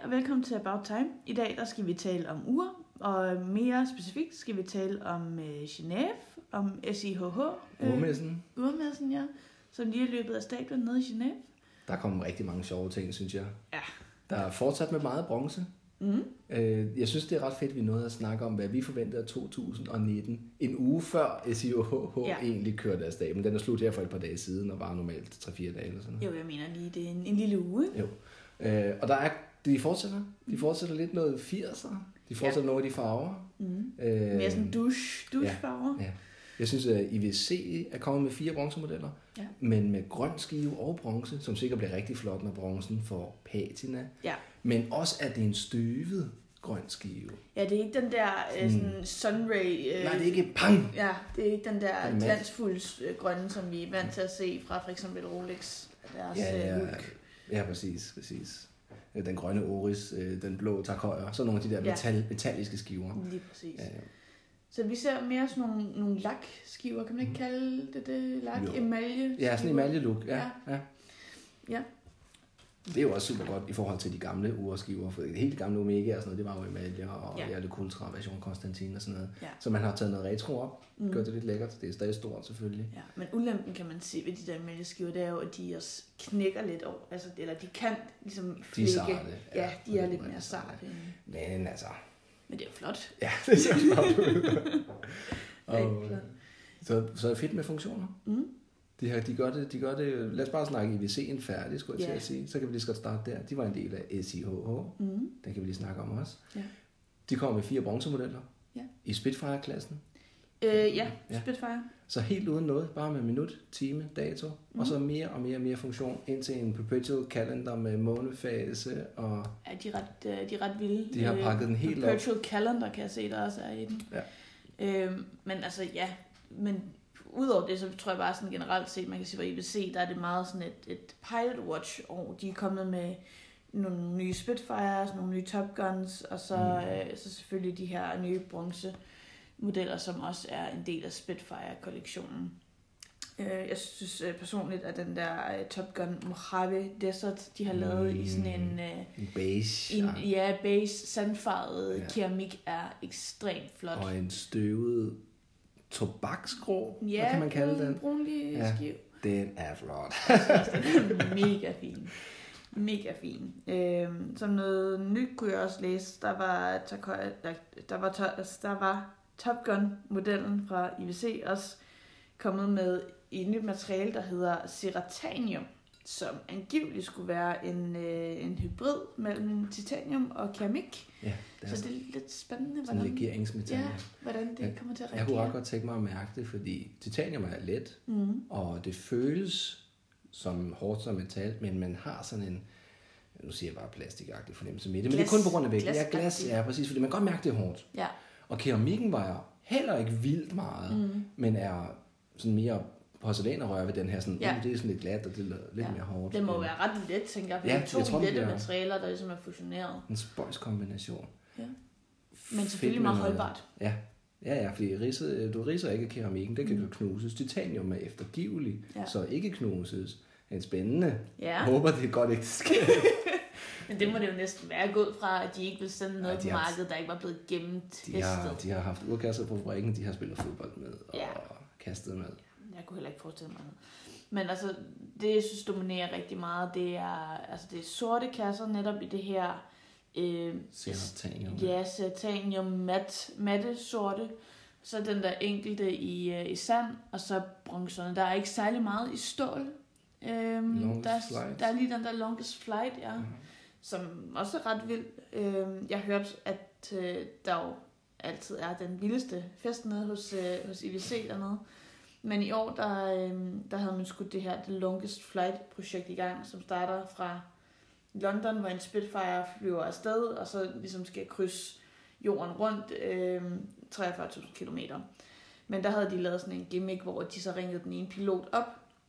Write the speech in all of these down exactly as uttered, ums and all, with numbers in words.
og velkommen til About Time. I dag der skal vi tale om ure, og mere specifikt skal vi tale om øh, Genève, om S I H H. Øh, Urmessen. Urmessen, ja. Som lige er løbet af stablen nede i Genève. Der kommer rigtig mange sjove ting, synes jeg. Ja. Der er fortsat med meget bronze. Mm. Øh, jeg synes, det er ret fedt, at vi nåede at snakke om, hvad vi forventede af to tusind nitten. En uge før S I H H ja. egentlig kørte af stablen. Den er slut her for et par dage siden, og var normalt tre fire dage eller sådan noget. Jo, jeg mener lige, det er en, en lille uge. Jo. Øh, og der er, de fortsætter. De fortsætter lidt noget firser. De fortsætter ja. nogle af de farver. Mm. Øh, Mere sådan douche, douchefarver. Ja, ja. Jeg synes, at I V C er kommet med fire bronzemodeller, ja. men med grøn skive og bronze, som sikkert bliver rigtig flot, når bronzen får patina. Ja. Men også, at det er en støvet grøn skive. Ja, det er ikke den der øh, sådan sunray... Øh, Nej, det er ikke pang! Ja, det er ikke den der glansfulde øh, grønne, som vi er vant til at se fra for eksempel Rolex. Deres ja, ja, look. Ja, præcis, præcis. Den grønne Oris, den blå takhøjer, så nogle af de der metal, ja. metalliske skiver. Lige præcis. Ja, ja. Så vi ser mere sådan nogle, nogle lakskiver, kan man ikke kalde det det? Lak, jo. Emalje? Ja, sådan en emalje-look, ja. Ja. ja. ja. Det er jo også super godt i forhold til de gamle urskiver, for det helt gamle Omega og sådan noget, det var jo emalje og ja. Le Ultra version Konstantin og sådan noget. Ja. Så man har taget noget retro op, mm. gjort det lidt lækkert. Det er stadig stort selvfølgelig. Ja, men ulempen kan man se ved de der emaljeskiver, det er jo, at de også knækker lidt over, altså, eller de kan ligesom flække. De er sarte. Ja, de ja, er lidt mere sarte. Men altså... Men det er flot. Ja, det ser flot ud. og, så, så er det fedt med funktioner. Mm. De, her, de, gør det, de gør det... Lad os bare snakke I V C'en færdig, skulle jeg yeah. til at sige. Så kan vi lige så godt starte der. De var en del af S I H H. Mm. Den kan vi lige snakke om også. Yeah. De kommer med fire bronzemodeller. Yeah. I Spitfire-klassen. Øh, ja, ja, Spitfire. Så helt uden noget. Bare med minut, time, dato. Mm. Og så mere og mere og mere funktion. Indtil en perpetual calendar med månefase. Og ja, de er ret, de er ret vilde. De har pakket den helt op. Perpetual calendar kan jeg se, der også er i den. Ja. Øh, men altså, ja... Men udover det, så tror jeg bare sådan generelt set, man kan sige, at I V C, der er det meget sådan et, et pilot watch år. De er kommet med nogle nye Spitfires, nogle nye Top Guns, og så, mm. øh, så selvfølgelig de her nye bronzemodeller, som også er en del af Spitfire-kollektionen. Øh, jeg synes øh, personligt, at den der øh, Top Gun Mojave Desert, de har lavet mm. i sådan en... Øh, en beige. En, ja, beige, sandfarvet ja. keramik er ekstremt flot. Og en støvet... tobaksgrå, ja, hvad kan man kalde den? Brunlig ja, skiv. Den er flot. Den er mega fin. Mega fin. Øhm, som noget nyt kunne jeg også læse, der var, der, der var, der var Top Gun-modellen fra I V C også kommet med et nyt materiale, der hedder Ceratanium, som angiveligt skulle være en, øh, en hybrid mellem titanium og keramik. Ja, det er så det er lidt spændende, sådan en legeringsmetal. Ja, hvordan det kommer til at reagere. Jeg kunne også godt tænke mig at mærke det, fordi titanium er let, mm. og det føles som hårdt som metal, men man har sådan en, nu siger jeg bare plastikagtig fornemmelse med det, men glas, det er kun på grund af vægten. Ja, glas, ja, præcis, fordi man kan godt mærke, det er hårdt. Ja. Og keramikken vejer heller ikke vildt meget, mm. men er sådan mere porcelænerrør ved den her, sådan, ja. uh, det er sådan lidt glat, og det er lidt ja. mere hårdt. Det må være ret let, tænker jeg, for ja, det er to jeg tror, lette er materialer, der ligesom er fusioneret. En spøjskombination. Ja. Men selvfølgelig meget holdbart. Ja, ja, ja, fordi ridset, du ridser ikke keramikken, det kan mm. knuses. Titanium er eftergivelig, ja. så ikke knuses. Det er spændende. Ja. Jeg håber, det er godt ikke sker. Men det må det jo næsten være gået fra, at de ikke vil sende noget ja, på markedet, der ikke var blevet gennemtestet. De har, de har haft urkasser på fabrikken, de har spillet fodbold med og ja. kastet med. Jeg kunne heller ikke forestille mig noget. Men altså, det jeg synes dominerer rigtig meget, det er, altså, det er sorte kasser netop i det her... Øh, Ceratanium. Ja, ceratanium mat, matte sorte. Så den der enkelte i, uh, i sand, og så bronzerne. Der er ikke særlig meget i stål. Øhm, der, er, der er lige den der longest flight, ja, mm-hmm. som også er ret vild. Øhm, jeg har hørt, at øh, der jo altid er den vildeste fest nede hos, øh, hos I V C dernede. Men i år, der, øh, der havde man skudt det her The Longest Flight projekt i gang, som starter fra London, hvor en Spitfire flyver afsted, og så ligesom skal krydse jorden rundt øh, treogfyrre tusind kilometer. Men der havde de lavet sådan en gimmick, hvor de så ringede den ene pilot op,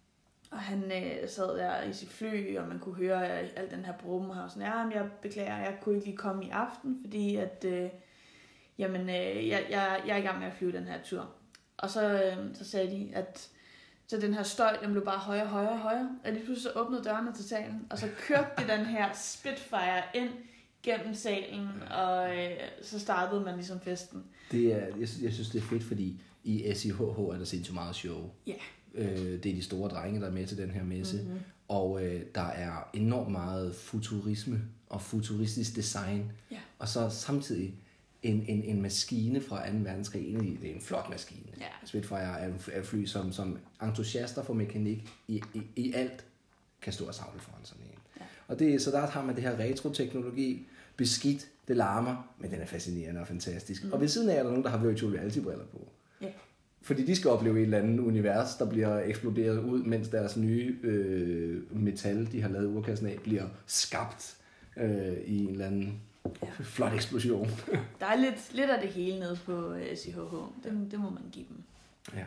og han øh, sad der i sit fly, og man kunne høre al den her brumme her, og sådan, ja, men jeg beklager, jeg kunne ikke lige komme i aften, fordi at, øh, jamen, øh, jeg, jeg, jeg er i gang med at flyve den her tur. Og så, øh, så sagde de, at så den her støj, den blev bare højere, højere, højere, og lige pludselig så åbnede dørene til salen, og så kørte de den her Spitfire ind gennem salen, og øh, så startede man ligesom festen. Det er, jeg, jeg synes, det er fedt, fordi i S I H H er der sindssygt meget show. Ja. Øh, det er de store drenge, der er med til den her messe. Mm-hmm. Og øh, der er enormt meget futurisme og futuristisk design. Ja. Og så samtidig en, en, en maskine fra anden verdenskrig. Egentlig, det er en flot maskine. Ja. Spitfire er en fly, som, som entusiaster for mekanik i, i, i alt kan stå og savle foran sådan en. Ja. Og det, så der har man det her retroteknologi, beskidt, det larmer, men den er fascinerende og fantastisk. Mm. Og ved siden af er der nogen, der har virtual reality-briller på. Ja. Fordi de skal opleve et eller andet univers, der bliver eksploderet ud, mens deres nye øh, metal, de har lavet urkassen af, bliver skabt øh, i en eller anden ja. flot eksplosion. Der er lidt, lidt af det hele nede på S I H H. Det, det må man give dem. Ja.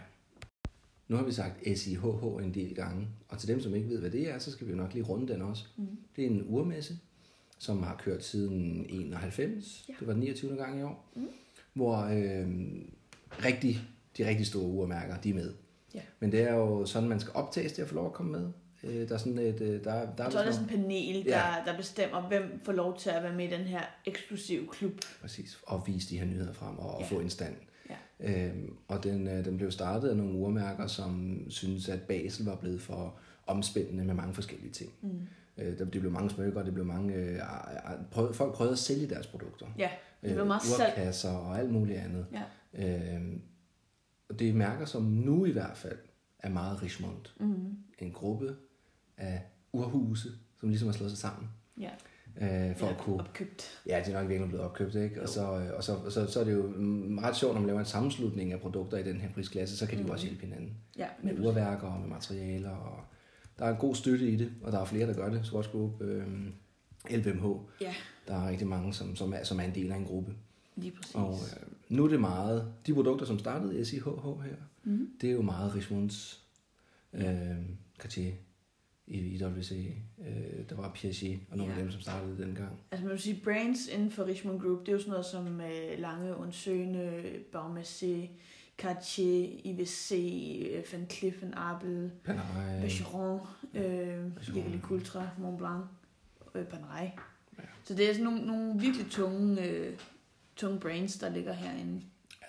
Nu har vi sagt S I H H en del gange, og til dem, som ikke ved, hvad det er, så skal vi nok lige runde den også. Mm. Det er en urmesse, som har kørt siden enoghalvfems. Ja. Det var den niogtyvende gang i år. Mm. Hvor øh, rigtig, de rigtig store urmærker, de er med. Ja. Men det er jo sådan, man skal optages til at få lov at komme med. Øh, der er sådan et... Der, der er så er der sådan en panel, der, ja. der bestemmer, hvem får lov til at være med i den her eksklusive klub. Præcis, og vise de her nyheder frem og, og ja. få en stand. Ja. Øhm, og den, den blev startet af nogle urmærker, som synes at Basel var blevet for omspændende med mange forskellige ting. Mm. Øh, det blev mange smykker, det blev mange... Øh, prøv, folk prøvede at sælge deres produkter. Ja, det blev meget øh, urkasser og alt muligt andet. Ja. Øhm, og det er mærker, som nu i hvert fald er meget Richemont. Mm. En gruppe af urhuse, som ligesom har slået sig sammen. Ja. Øh, for ja, at kunne... opkøbt. Ja, det er nok virkelig blevet opkøbt, ikke? Og, så, og, så, og så, så er det jo ret sjovt, når man laver en sammenslutning af produkter i den her prisklasse, så kan de jo mm. også hjælpe hinanden. Ja, med urværker og med materialer. Og der er en god støtte i det, og der er flere, der gør det. Swatch Group, øh, L V M H. Ja. Der er rigtig mange, som, som, er, som er en del af en gruppe. Lige præcis. Og øh, nu er det meget... De produkter, som startede S I H H her, mm. det er jo meget Richemonts, øh, Cartier, i I W C, øh, der var Piaget og nogle ja. af dem, som startede dengang. Altså man vil sige, brands inden for Richemont Group, det er jo sådan noget som øh, Lange, Onsøne, Baume, Cartier, I W C, øh, Van Cleef and Arpels, Panerai, Vacheron, øh, Virkelig Cultra, Mont Blanc, øh, Panerai. Ja. Så det er sådan nogle, nogle virkelig tunge, øh, tunge brands, der ligger herinde.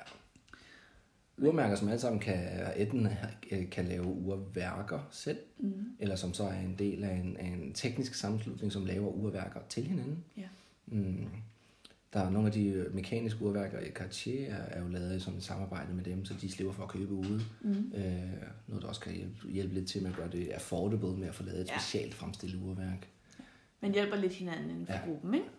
Urmærker, som alle sammen kan, enten kan lave urværker selv, mm. eller som så er en del af en, af en teknisk sammenslutning, som laver urværker til hinanden. Ja. Mm. Der er nogle af de mekaniske urværker i Cartier, er, er jo lavet som et samarbejde med dem, så de slipper for at købe ude. Mm. Øh, noget, der også kan hjælpe, hjælpe lidt til med at gøre det affordable med at få lavet et ja. specielt fremstillet urværk. Man hjælper lidt hinanden inden for ja. gruppen, ikke?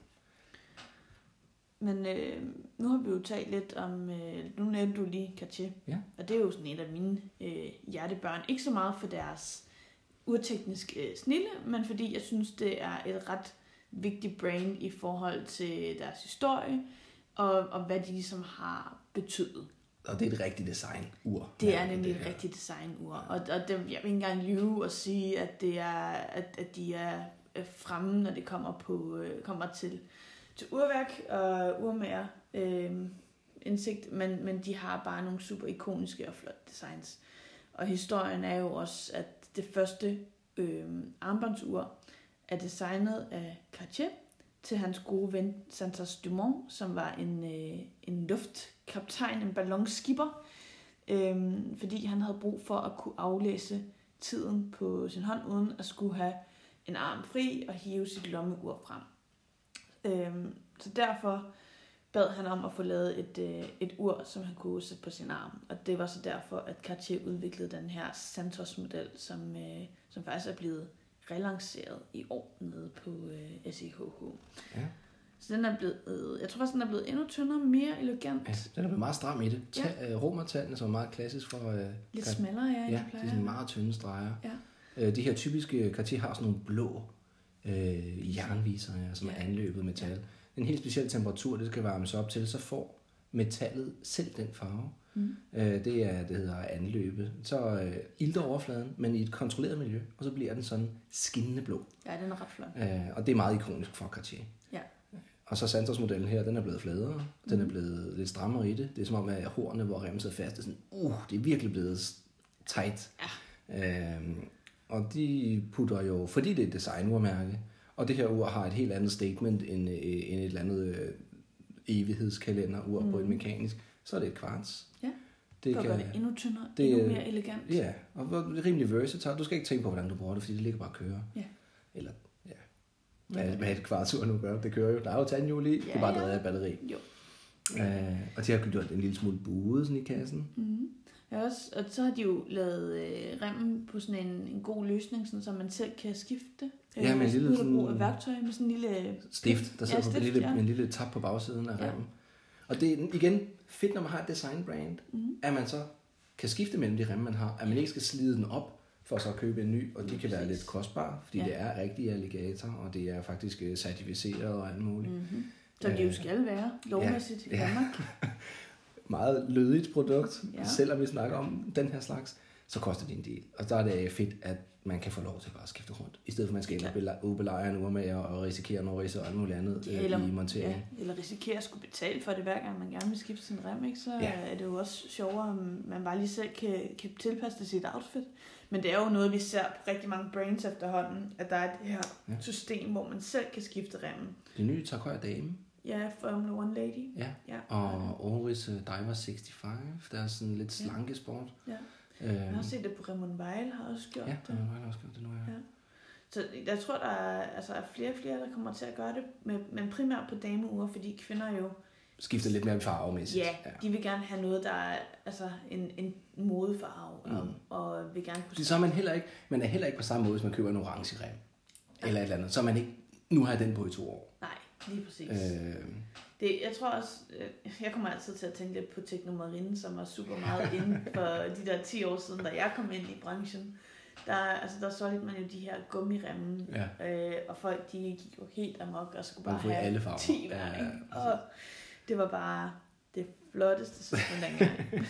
Men øh, nu har vi jo talt lidt om, øh, nu nævnte du lige Cartier, ja. og det er jo sådan et af mine øh, hjertebørn. Ikke så meget for deres urtekniske øh, snille, men fordi jeg synes, det er et ret vigtigt brand i forhold til deres historie, og, og hvad de ligesom har betydet. Og det er et rigtigt design-ur. Det er nemlig et rigtigt design-ur, og, og det, jeg vil ikke engang lyve og sige, at, det er, at, at de er fremme, når det kommer, på, øh, kommer til til urværk og urmager øh, indsigt, men, men de har bare nogle super ikoniske og flotte designs. Og historien er jo også, at det første øh, armbåndsur er designet af Cartier til hans gode ven Santos Dumont, som var en, øh, en luftkaptajn, en ballonskipper, øh, fordi han havde brug for at kunne aflæse tiden på sin hånd, uden at skulle have en arm fri og hive sit lommeur frem. Øhm, så derfor bad han om at få lavet et, øh, et ur, som han kunne sætte på sin arm. Og det var så derfor, at Cartier udviklede den her Santos-model, som, øh, som faktisk er blevet relanceret i år nede på øh, S I H H. Ja. Så den er blevet, øh, jeg tror faktisk, den er blevet endnu tyndere, mere elegant. Ja, den er blevet meget stram i det. Ta- ja. Romertallene, som er meget klassisk for... Øh, Lidt Car- smallere, ja. Ja, de er sådan meget tynde streger. Ja. Øh, de her typiske Cartier har sådan nogle blå øh, jernviser, ja, som ja. er anløbet metal. Ja. En helt speciel temperatur, det skal varmes op til, så får metallet selv den farve. Mm. Øh, det er, det hedder anløbet. Så øh, ilter overfladen, men i et kontrolleret miljø, og så bliver den sådan skinnende blå. Ja, den er ret flot. Øh, og det er meget ikonisk for Cartier. Ja. Og så Santos-modellen her, den er blevet fladere. Mm. Den er blevet lidt strammere i det. Det er som om, at hornene, hvor remmen sidder fast, det er sådan, uh, det er virkelig blevet tight. Ja. Øh, og de putter jo, fordi det er et designurmærke, Og det her ur har et helt andet statement end, end et eller andet øh, evighedskalenderur mm. på et mekanisk. Så er det et kvarts. Ja, det kan gøre det endnu tyndere, det, endnu mere elegant. Ja, og det er rimelig versatile. Du skal ikke tænke på, hvordan du bruger det, fordi det ligger bare og kører. Ja. Eller, ja. Hvad, ja. hvad er et kvartsur nu gør? Det kører jo. Der er jo tandhjul i. Ja, det er bare drevet af batteri. Jo. Øh, og de har gjort en lille smule buet sådan i kassen. Mm. Ja, også, og så har de jo lavet øh, remmen på sådan en, en god løsning, sådan, så man selv kan skifte. Øh, ja, med en lille sådan, brug af værktøj med sådan en lille stift, der sidder ja, stift, på en lille, ja. en lille tap på bagsiden af remmen. Ja. Og det er igen fedt, når man har et designbrand, mm. at man så kan skifte mellem de remme, man har. At man ikke skal slide den op for så at købe en ny, og de ja, kan præcis. være lidt kostbare, fordi ja. det er rigtig alligator, og det er faktisk certificeret og alt muligt. Mm-hmm. Så det jo skal være lovmæssigt ja. i Danmark. Ja. Meget lødigt produkt, ja. selvom vi snakker om den her slags, så koster det en del. Og så er det fedt, at man kan få lov til bare at skifte rundt, i stedet for at man skal ja. ubelejre en urmager og risikere noget ridse og alt muligt andet ja, eller, i monteringen. Ja, eller risikere at skulle betale for det, hver gang man gerne vil skifte sin rem, ikke? Så ja. er det jo også sjovere, at man bare lige selv kan, kan tilpasse det sit outfit. Men det er jo noget, vi ser på rigtig mange brands efterhånden, at der er det her ja. system, hvor man selv kan skifte remmen. Det nye Tag Heuer Dame. Ja, Formula One Lady. Ja, ja. Og Oris uh, Diver seksoghalvfems, der er sådan lidt slanke sport. Ja. Øh, jeg har set det på Raymond Weil, har også gjort ja, det. Ja, Raymond Weil har også gjort det nu, ja. ja. Så jeg tror, der er, altså, er flere og flere, der kommer til at gøre det, med, men primært på dameuger, fordi kvinder jo skifter lidt mere farvemæssigt. Ja, ja, de vil gerne have noget, der er altså en, en modefarve, mm. og, og vil gerne kunne... Det så er man heller ikke, man er heller ikke på samme måde, hvis man køber en orange rem, ja. eller et eller andet. Så er man ikke, nu har jeg den på i to år. Nej, lige præcis. Øh... Det, jeg tror også, jeg kommer altid til at tænke lidt på Technomarine, som var super meget inden for de der ti år siden, da jeg kom ind i branchen. Der, altså, der solgte man jo de her gummiremme, ja. øh, og folk de gik jo helt amok, og så kunne bare have alle ti hver, ja, ja, og det var bare det flotteste sådan dengang.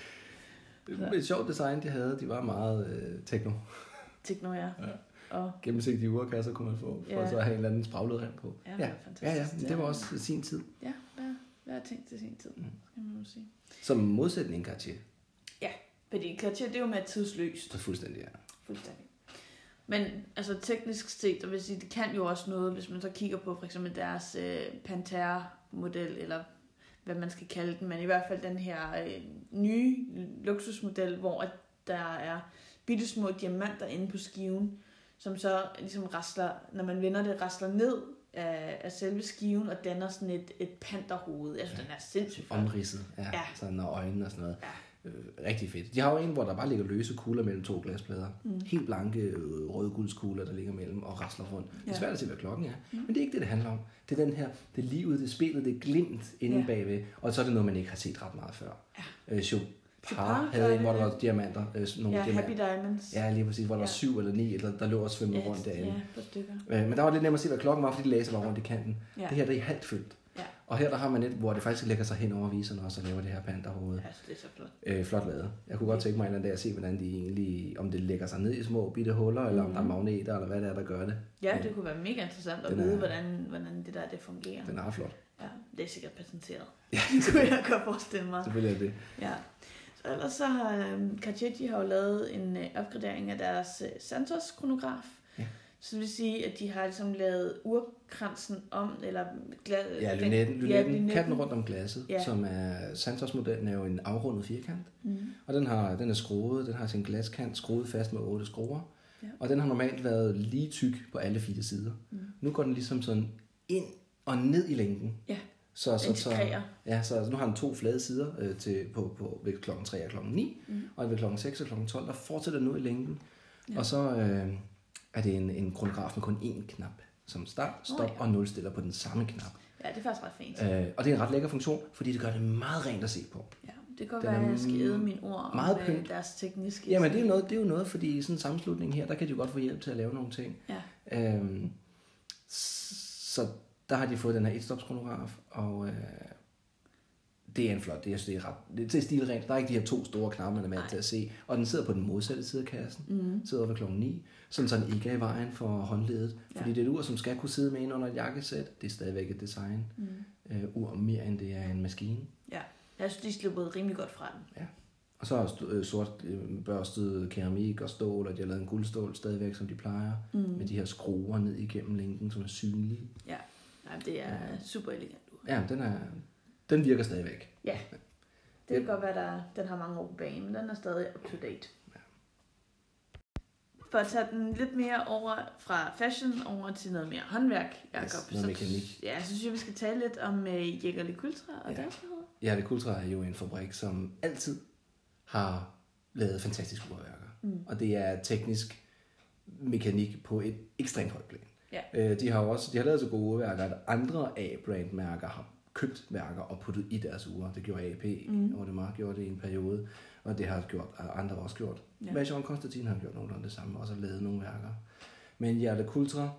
Det var et sjovt design, de havde. De var meget øh, techno. Techno, ja. ja. Og gennemsigtige urkasser kunne man få, for ja. så at have en eller anden spraglet rem på. Ja, ja. ja, ja, det var også sin tid. Ja, hver, hver ting til sin tid, mm. skal man jo sige. Som modsætning Cartier. Ja, fordi Cartier, det er jo mere tidsløst. Det er fuldstændig, ja. Fuldstændig. Men altså teknisk set, og vil sige, det kan jo også noget, hvis man så kigger på for eksempel deres øh, Pantera-model, eller hvad man skal kalde den, men i hvert fald den her øh, nye luksusmodel, hvor der er bittesmå diamanter inde på skiven, som så ligesom rasler, når man vender det, rasler ned af, af selve skiven og danner sådan et, et panterhoved. Jeg synes, ja. den er sindssygt flot. Omridset, ja. ja. Sådan og øjnene og sådan noget. Ja. Øh, rigtig fedt. De har jo en, hvor der bare ligger løse kugler mellem to glasplader. Mm. Helt blanke øh, rødguldskugler, der ligger mellem og rasler rundt. Ja. Det er svært at se, hvad klokken er. Mm. Men det er ikke det, det handler om. Det er den her, det er livet, det er spillet, det er glimt inde ja. bagved. Og så er det noget, man ikke har set ret meget før. Ja. Øh, show. Par havde en, hvor der var diamanter. Øh, nogle ja, diamanter. Happy Diamonds. Ja, lige præcis, hvor der ja. var syv eller ni, eller der lå og svømme yes, rundt derinde. Ja, på stykker. Øh, men der var lidt nemmere at se, hvad klokken var, fordi de laser var rundt i kanten. Ja. Det her, det er halvt fyldt. Ja. Og her der har man et, hvor det faktisk lægger sig hen over viserne også, og laver det her panterhoved. Ja, det er så flot. Øh, flot lavet. Jeg kunne godt tænke mig en anden dag at se, hvordan de egentlig, om det lægger sig ned i små bitte huller, eller mm-hmm. om der er magneter, eller hvad det er, der gør det. Ja, det kunne være mega interessant at vide, hvordan, hvordan det der det fungerer. Den er flot. Ja, det er sikkert patenteret. Ja, det kunne jeg godt forestille mig. Selvfølgelig er det. Ja. Så ellers så har um, Cartier, de har jo lavet en uh, opgradering af deres uh, Santos-kronograf. Ja. Så det vil sige, at de har ligesom lavet urkransen om, eller gla- ja, lynetten, den, lynetten, ja, katten rundt om glasset, ja. som er Santos-modellen er jo en afrundet firkant. Mm. Og den, har, den er skruet, den har sin glaskant skruet fast med otte skruer. Ja. Og den har normalt været lige tyk på alle fire sider. Mm. Nu går den ligesom sådan ind og ned i længden. Ja. Så, så, så, ja, så nu har den to flade sider øh, til, på, på, ved klokken tre og klokken ni, mm. og ved klokken seks og klokken tolv, der fortsætter nu i længden. Ja. Og så øh, er det en, en kronograf med kun én knap, som start, stop oh, ja. og nulstiller på den samme knap. Ja, det er faktisk ret fint. Øh, og det er en ret lækker funktion, fordi det gør det meget rent at se på. Ja, det kan være, at jeg skal æde mine ord meget om pynt. Deres tekniske... Jamen, det er, noget, det er jo noget, fordi i sådan en sammenslutning her, der kan de jo godt få hjælp til at lave nogle ting. Ja. Øh, så der har de fået den her etstopskronograf, og øh, det er en flot, det er, det er, ret, det er stilrent. Der er ikke de her to store knapper, man er med til at se. Og den sidder på den modsatte side af kassen, mm. sidder ved klokken ni, sådan så den ikke er i vejen for håndledet. Ja. Fordi det er et ur, som skal kunne sidde med ind under et jakkesæt. Det er stadigvæk et design. Mm. Uh, ur mere end det er en maskine. Ja, jeg synes, de sluppede rimelig godt fra den. Ja, Og så er øh, sort øh, børstet keramik og stål, og de har lavet en guldstål stadigvæk, som de plejer, mm. med de her skruer ned igennem lænken, som er synlige. Ja, nej, det er ja. super elegant. Ja, den, er, den virker stadigvæk. Ja, det kan ja. godt være, at den har mange år på banen, men den er stadig up to date. Ja. For at tage den lidt mere over fra fashion over til noget mere håndværk, Jacob. Yes, noget mekanik. Ja, så synes jeg, vi skal tale lidt om uh, Jäger LeCoultre og ja. deres frihed. Ja, LeCoultre er jo en fabrik, som altid har lavet fantastiske urværker. Mm. Og det er teknisk mekanik på et ekstremt højt plan. Ja. De har også de har lavet så gode urværker, at andre A-brand-mærker har købt værker og puttet i deres ure. Det gjorde A P, mm. og det Mark gjorde det i en periode, og det har gjort andre også gjort. Ja. Vacheron Constantin har gjort nogenlunde det samme, og også lavet nogle værker. Men Jäger LeCoultre,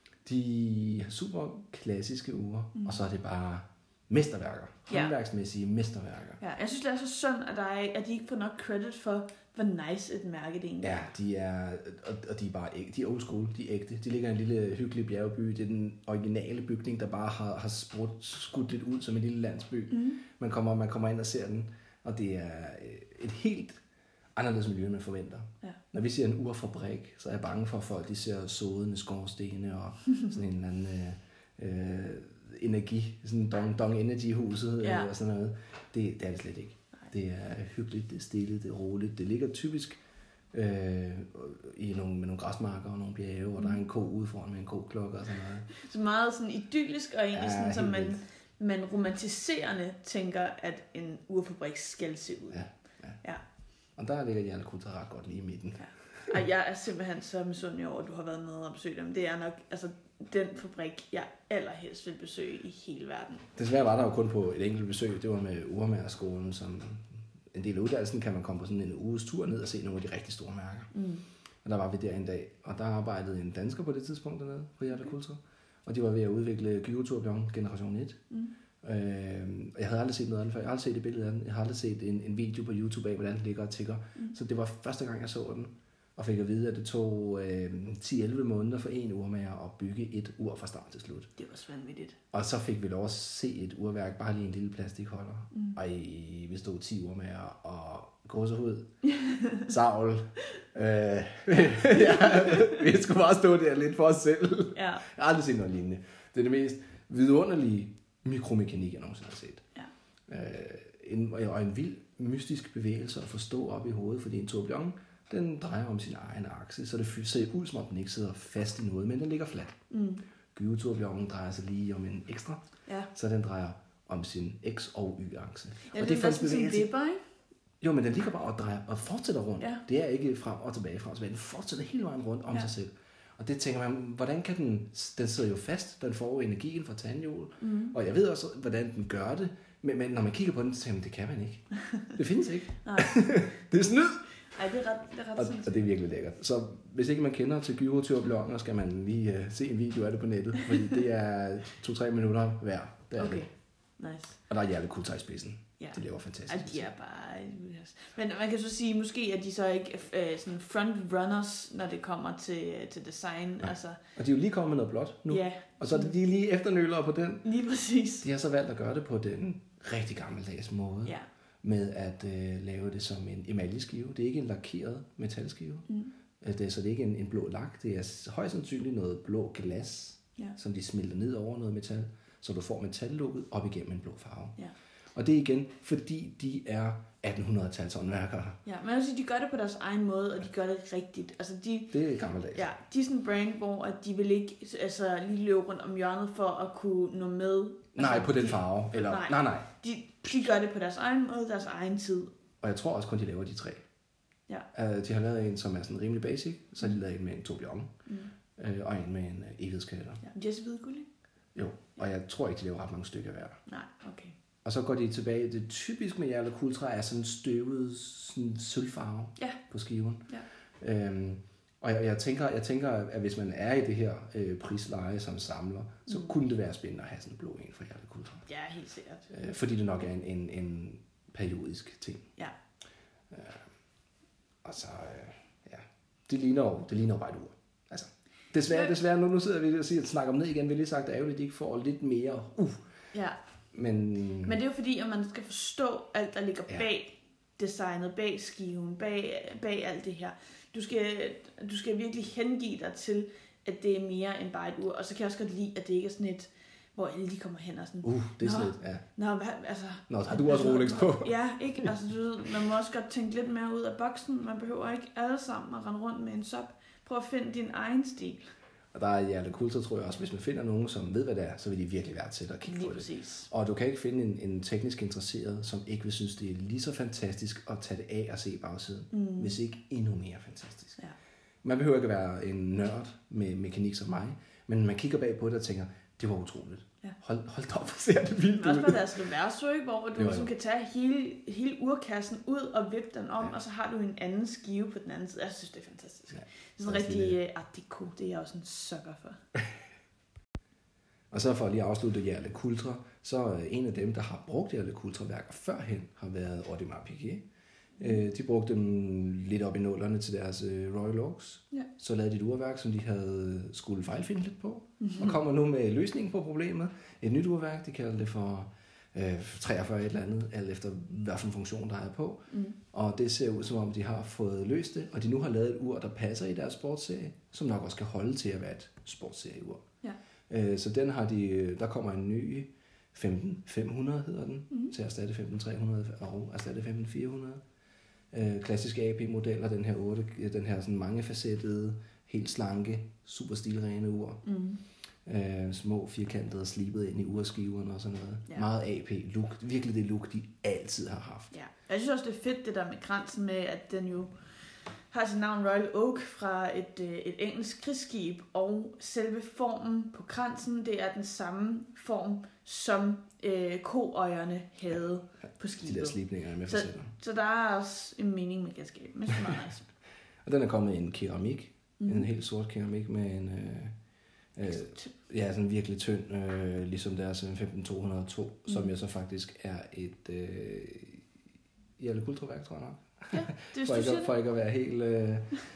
de har super klassiske ure, mm. og så er det bare mesterværker. Håndværksmæssige ja. mesterværker. Ja, jeg synes, det er så synd, at, der er, at de ikke får nok credit for, hvor nice et mærke det egentlig er. Ja, de er, og, og de er bare de er old school, de er ægte. De ligger i en lille hyggelig bjergby. Det er den originale bygning, der bare har, har sprudt, skudt lidt ud som en lille landsby. Mm. Man, kommer, man kommer ind og ser den, og det er et helt anderledes miljø, man forventer. Ja. Når vi ser en urfabrik, så er jeg bange for, at folk de ser sådende skorstene og sådan en eller anden øh, øh, energi, sådan Dong, Dong Energy-huset ja. og sådan noget. Det, det er det slet ikke. Nej. Det er hyggeligt, det er stille, det er roligt. Det ligger typisk øh, i nogle, med nogle græsmarker og nogle bjerge, hvor mm. der er en ko ude foran med en koklokke og sådan noget. Så meget sådan idyllisk og egentlig ja, sådan, som man, man romantiserende tænker, at en urfabrik skal se ud. Ja, ja. ja. Og der ligger Jäger LeCoultre ret godt lige i midten. Ja. Og jeg er simpelthen så misundelig over, at du har været nede og besøgt dem. Det er nok altså, den fabrik, jeg allerhelst vil besøge i hele verden. Desværre var der jo kun på et enkelt besøg. Det var med Urmagerskolen, som en del af uddannelsen kan man komme på sådan en uges tur ned og se nogle af de rigtig store mærker. Mm. Og der var vi der en dag, og der arbejdede en dansker på det tidspunkt dernede på Jäger LeCoultre. Og de var ved at udvikle Gyro Tourbillon generation et. Mm. Øh, jeg havde aldrig set noget af den før. Jeg har aldrig set et billede af den. Jeg har aldrig set en, en video på YouTube af, hvordan den ligger og tigger. Mm. Så det var første gang, jeg så den. Og fik at vide, at det tog øh, ti til elleve måneder for en urmager at bygge et ur fra start til slut. Det var vanvittigt. Og så fik vi lov at se et urværk, bare lige en lille plastikholder. Mm. Og i, vi stod ti urmager og gåsehud, savl. øh, ja, vi skulle bare stå der lidt for os selv. Ja. Jeg har aldrig set noget lignende. Det er det mest vidunderlige mikromekanik, jeg nogensinde har set. Ja. Øh, en, og en vild mystisk bevægelse at forstå op i hovedet, fordi en tourbillon, den drejer om sin egen akse, så det ser ud, som om den ikke sidder fast i noget, men den ligger fladt. Mm. Gyro Tourbillon drejer sig lige om en ekstra, ja. Så den drejer om sin X- og Y-akse. Ja, og det er næsten sådan en vipper, ikke? Jo, men den ligger bare og drejer og fortsætter rundt. Ja. Det er ikke frem og tilbage, frem og tilbage. Den fortsætter hele vejen rundt om ja. sig selv. Og det tænker man, hvordan kan den, den sidder jo fast, den får energien fra tandhjul, mm. og jeg ved også, hvordan den gør det, men, men når man kigger på den, så tænker man, det kan man ikke. Det findes ikke. Det er snyd. Ej, det er ret, det er ret og, og det er virkelig lækkert. Så hvis ikke man kender til Gyro Tourbillon, skal man lige uh, se en video af det på nettet, fordi det er to-tre minutter hver. Det er okay, det. Nice. Og der er Jäger LeCoultre i spidsen. Ja. Det laver fantastisk. Altså, de er bare... Men man kan så sige, måske at de så ikke er sådan front runners, når det kommer til, til design. Ja. Altså. Og de er jo lige kommet med noget blåt nu. Ja. Og så er de lige efternølere på den. Lige præcis. De har så valgt at gøre det på den rigtig gammeldags måde. Ja. Med at øh, lave det som en emaljeskive. Det er ikke en lakeret metalskive. Mm. Det, så det er ikke en, en blå lak. Det er højst sandsynligt noget blå glas, ja. Som de smelter ned over noget metal, så du får metallukket op igennem en blå farve. Ja. Og det er igen, fordi de er attenhundrede-tals håndværkere. Ja, men jeg vil sige, de gør det på deres egen måde, og de gør det rigtigt. Altså de, det er gammeldags. Ja, de er sådan en brand, hvor at de vil ikke altså, lige løbe rundt om hjørnet for at kunne nå med. Altså, nej, på den farve. Eller, nej, nej. nej. De, de gør det på deres egen måde, deres egen tid. Og jeg tror også kun, de laver de tre. Ja. Uh, de har lavet en, som er sådan rimelig basic. Så har de lavet en med en tourbillon. Mm. Uh, og en med en uh, evighedskalender. Ja, Jesse Hvidegulli? Jo, og jeg tror ikke, de laver ret mange stykker hver. Nej, okay. Og så går de tilbage. Det typisk med Jäger LeCoultre er sådan støvet sådan sølvfarve ja. På skiven. Ja. Øhm, og jeg, jeg, tænker, jeg tænker, at hvis man er i det her øh, prisleje som samler, så mm. kunne det være spændende at have sådan en blå en fra Jäger LeCoultre. Ja, helt sikkert. Øh, fordi det nok er en, en, en periodisk ting. Ja. Øh, og så, øh, ja, det ligner jo det ligner bare et ur. Altså, desværre, desværre nu, nu sidder vi og siger, at snakke om det igen. Vi har lige sagt, at ærgerligt, at de ikke får lidt mere uh. Ja. Men, Men det er jo fordi, at man skal forstå alt, der ligger ja. Bag designet bag skiven, bag, bag alt det her. Du skal, du skal virkelig hengive dig til, at det er mere end bare et ur. Og så kan jeg også godt lide, at det ikke er sådan et, hvor alle de kommer hen og sådan... Uh, det er sådan lidt, ja. Nå, hvad, altså... Nå, har du også Rolex på? Ja, ikke? Altså, du ved, man må også godt tænke lidt mere ud af boksen. Man behøver ikke alle sammen at rende rundt med en sop. Prøv at finde din egen stil. Og der er Hjerle Kultre, tror jeg også, hvis man finder nogen, som ved, hvad det er, så vil de virkelig være til at kigge lige på det. Præcis. Og du kan ikke finde en, en teknisk interesseret, som ikke vil synes, det er lige så fantastisk at tage det af og se bagsiden, mm. hvis ikke endnu mere fantastisk. Ja. Man behøver ikke være en nørd med mekanik som mig, men man kigger bag på det og tænker, det var utroligt. Ja. Hold, hold da op, hvor ser det vildt ud. Men også bare deres universo, ikke? Hvor du ligesom kan tage hele, hele urkassen ud og vippe den om, ja. Og så har du en anden skive på den anden side. Jeg synes, det er fantastisk. Ja. Det er sådan rigtig uh, art deco. Det er jeg også en sukker for. Og så for at lige afslutte Hjerle Kultre, så en af dem, der har brugt Hjerle Kultre-værker førhen, har været Audemars Piguet. De brugte dem lidt op i nullerne til deres Royal Oaks. Ja. Så lavede de et urværk, som de havde skulle fejlfinde lidt på. Mm-hmm. Og kommer nu med løsningen på problemet. Et nyt urværk, de kalder det for øh, treogfyrre et eller andet, alt efter hvilken funktion der er på. Mm. Og det ser ud som om, de har fået løst det, og de nu har lavet et ur, der passer i deres sportsserie, som nok også kan holde til at være et sportsserie-ur. Ja. Øh, så den har de, der kommer en ny femten fem hundrede hedder den, mm. til at erstatte femten tre hundrede og erstatte femten fire hundrede. Øh, klassiske A P-modeller, den her otte, den her sådan mangefacettede, helt slanke, super stilrene ur. Mm. Øh, små, firkantede og slibet ind i urskiverne og sådan noget. Ja. Meget A P-look. Virkelig det look, de altid har haft. Ja. Jeg synes også, det er fedt, det der med kransen med, at den jo har sit navn Royal Oak fra et, et engelsk krigsskib, og selve formen på kransen, det er den samme form, som øh, koøjerne havde ja, på skibet. De der slibninger med så, facetter. Så der er også en mening med genskabet. Men så meget nice. Og den er kommet i en keramik. Mm. En helt sort keramik med en... Øh, øh, ja, sådan virkelig tynd, øh, ligesom deres femten to hundrede og to, mm. som jo så faktisk er et øh, Hjerle Kultre-værk, tror jeg nok. Ja, det for, ikke, for ikke at være helt... Øh,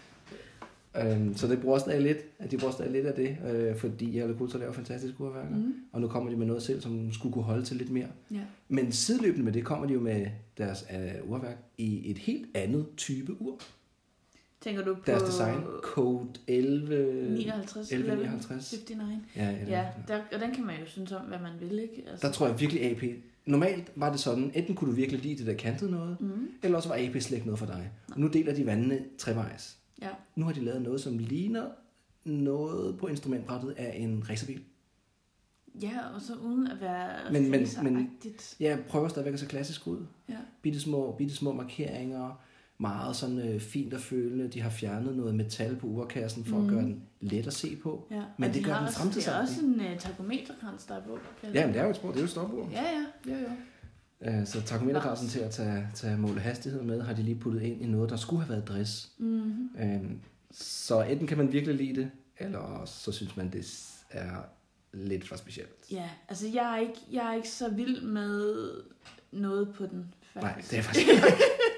øh, så det bruger stadig lidt, at de bruger stadig lidt af det, øh, fordi Hjerle Kultre laver fantastiske urværker, mm. og nu kommer de med noget selv, som skulle kunne holde til lidt mere. Ja. Men sideløbende med det kommer de jo med deres øh, urværk i et helt andet type ur. Tænker du på... Deres design, Code elleve nioghalvtreds, elleve nioghalvtreds. femoghalvtreds. Ja, elleve, ja der, og den kan man jo synes om, hvad man vil, ikke? Altså... Der tror jeg virkelig A P... Normalt var det sådan, enten kunne du virkelig lide det der kantede noget, mm. eller også var A P slet ikke noget for dig. Og nu deler de vandene trevejs. Ja. Nu har de lavet noget, som ligner noget på instrumentbrættet af en racerbil. Ja, og så uden at være men, men, men ja, prøver stadigvæk at se klassisk ud. Ja. Bitte små, bitte små markeringer, meget sådan øh, fint at føle. De har fjernet noget metal på urkassen for mm. at gøre den let at se på. Ja. Men og det de gør den fremtidsagtig. Det er også en uh, takometerkrans, der er på. Ja, men det er jo et sprog. Det er jo et stopur. Ja, ja. Jo, jo. Uh, så takometerkransen til at tage, tage måle hastighed med, har de lige puttet ind i noget, der skulle have været dress. Mm-hmm. Uh, så enten kan man virkelig lide det, eller så synes man, det er lidt for specielt. Ja, altså jeg er ikke, jeg er ikke så vild med noget på den, faktisk. Nej, det er faktisk ikke.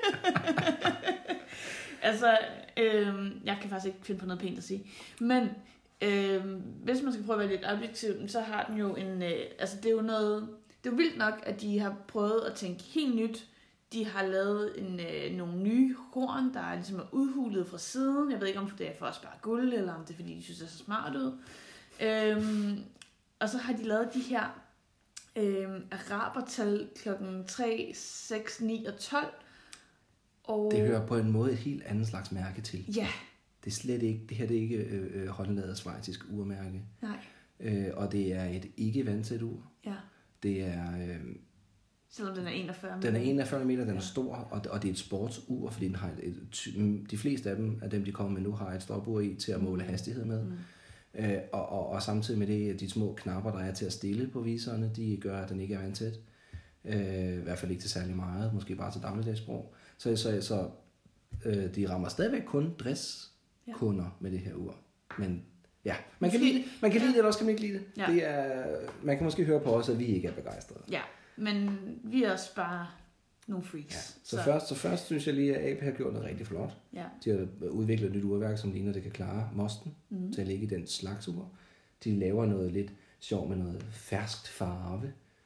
Altså, øh, jeg kan faktisk ikke finde på noget pænt at sige. Men øh, hvis man skal prøve at være lidt objektiv, så har den jo en... Øh, altså, det er jo noget... Det er jo vildt nok, at de har prøvet at tænke helt nyt. De har lavet en, øh, nogle nye horn, der er ligesom er udhulet fra siden. Jeg ved ikke, om det er for at spare guld, eller om det er, fordi de synes, det er så smart ud. Øh, og så har de lavet de her øh, arabertal klokken tre, seks, ni og tolv. Og... Det hører på en måde et helt andet slags mærke til. Ja. Det er slet ikke, det her det er ikke øh, håndlavet schweizisk urmærke. Nej. Øh, og det er et ikke vandtæt ur. Ja. Det er... Øh, Selvom den er enogfyrre meter. Den er enogfyrre meter, den er ja. stor, og, og det er et sportsur, fordi den har et, et, de fleste af dem, af dem de kommer med nu, har et stopur i til at måle hastighed med. Mm. Øh, og, og, og samtidig med det, de små knapper, der er til at stille på viserne, de gør, at den ikke er vandtæt. Øh, I hvert fald ikke til særlig meget, måske bare til dagligdagsbrug. Så, så, så øh, de rammer stadigvæk kun dresskunder ja. med det her ur. Men ja, man kan lide det, man kan ja. lide det, eller også kan man ikke lide det. Ja. Det er, man kan måske høre på os, at vi ikke er begejstrede. Ja, men vi er også bare nogle freaks. Ja. Så, så. Først, så først synes jeg lige, at A P har gjort noget rigtig flot. Ja. De har udviklet et nyt urværk, som ligner, det kan klare mosten mm. til at ligge i den slags ur. De laver noget lidt sjov med noget ferskt farve.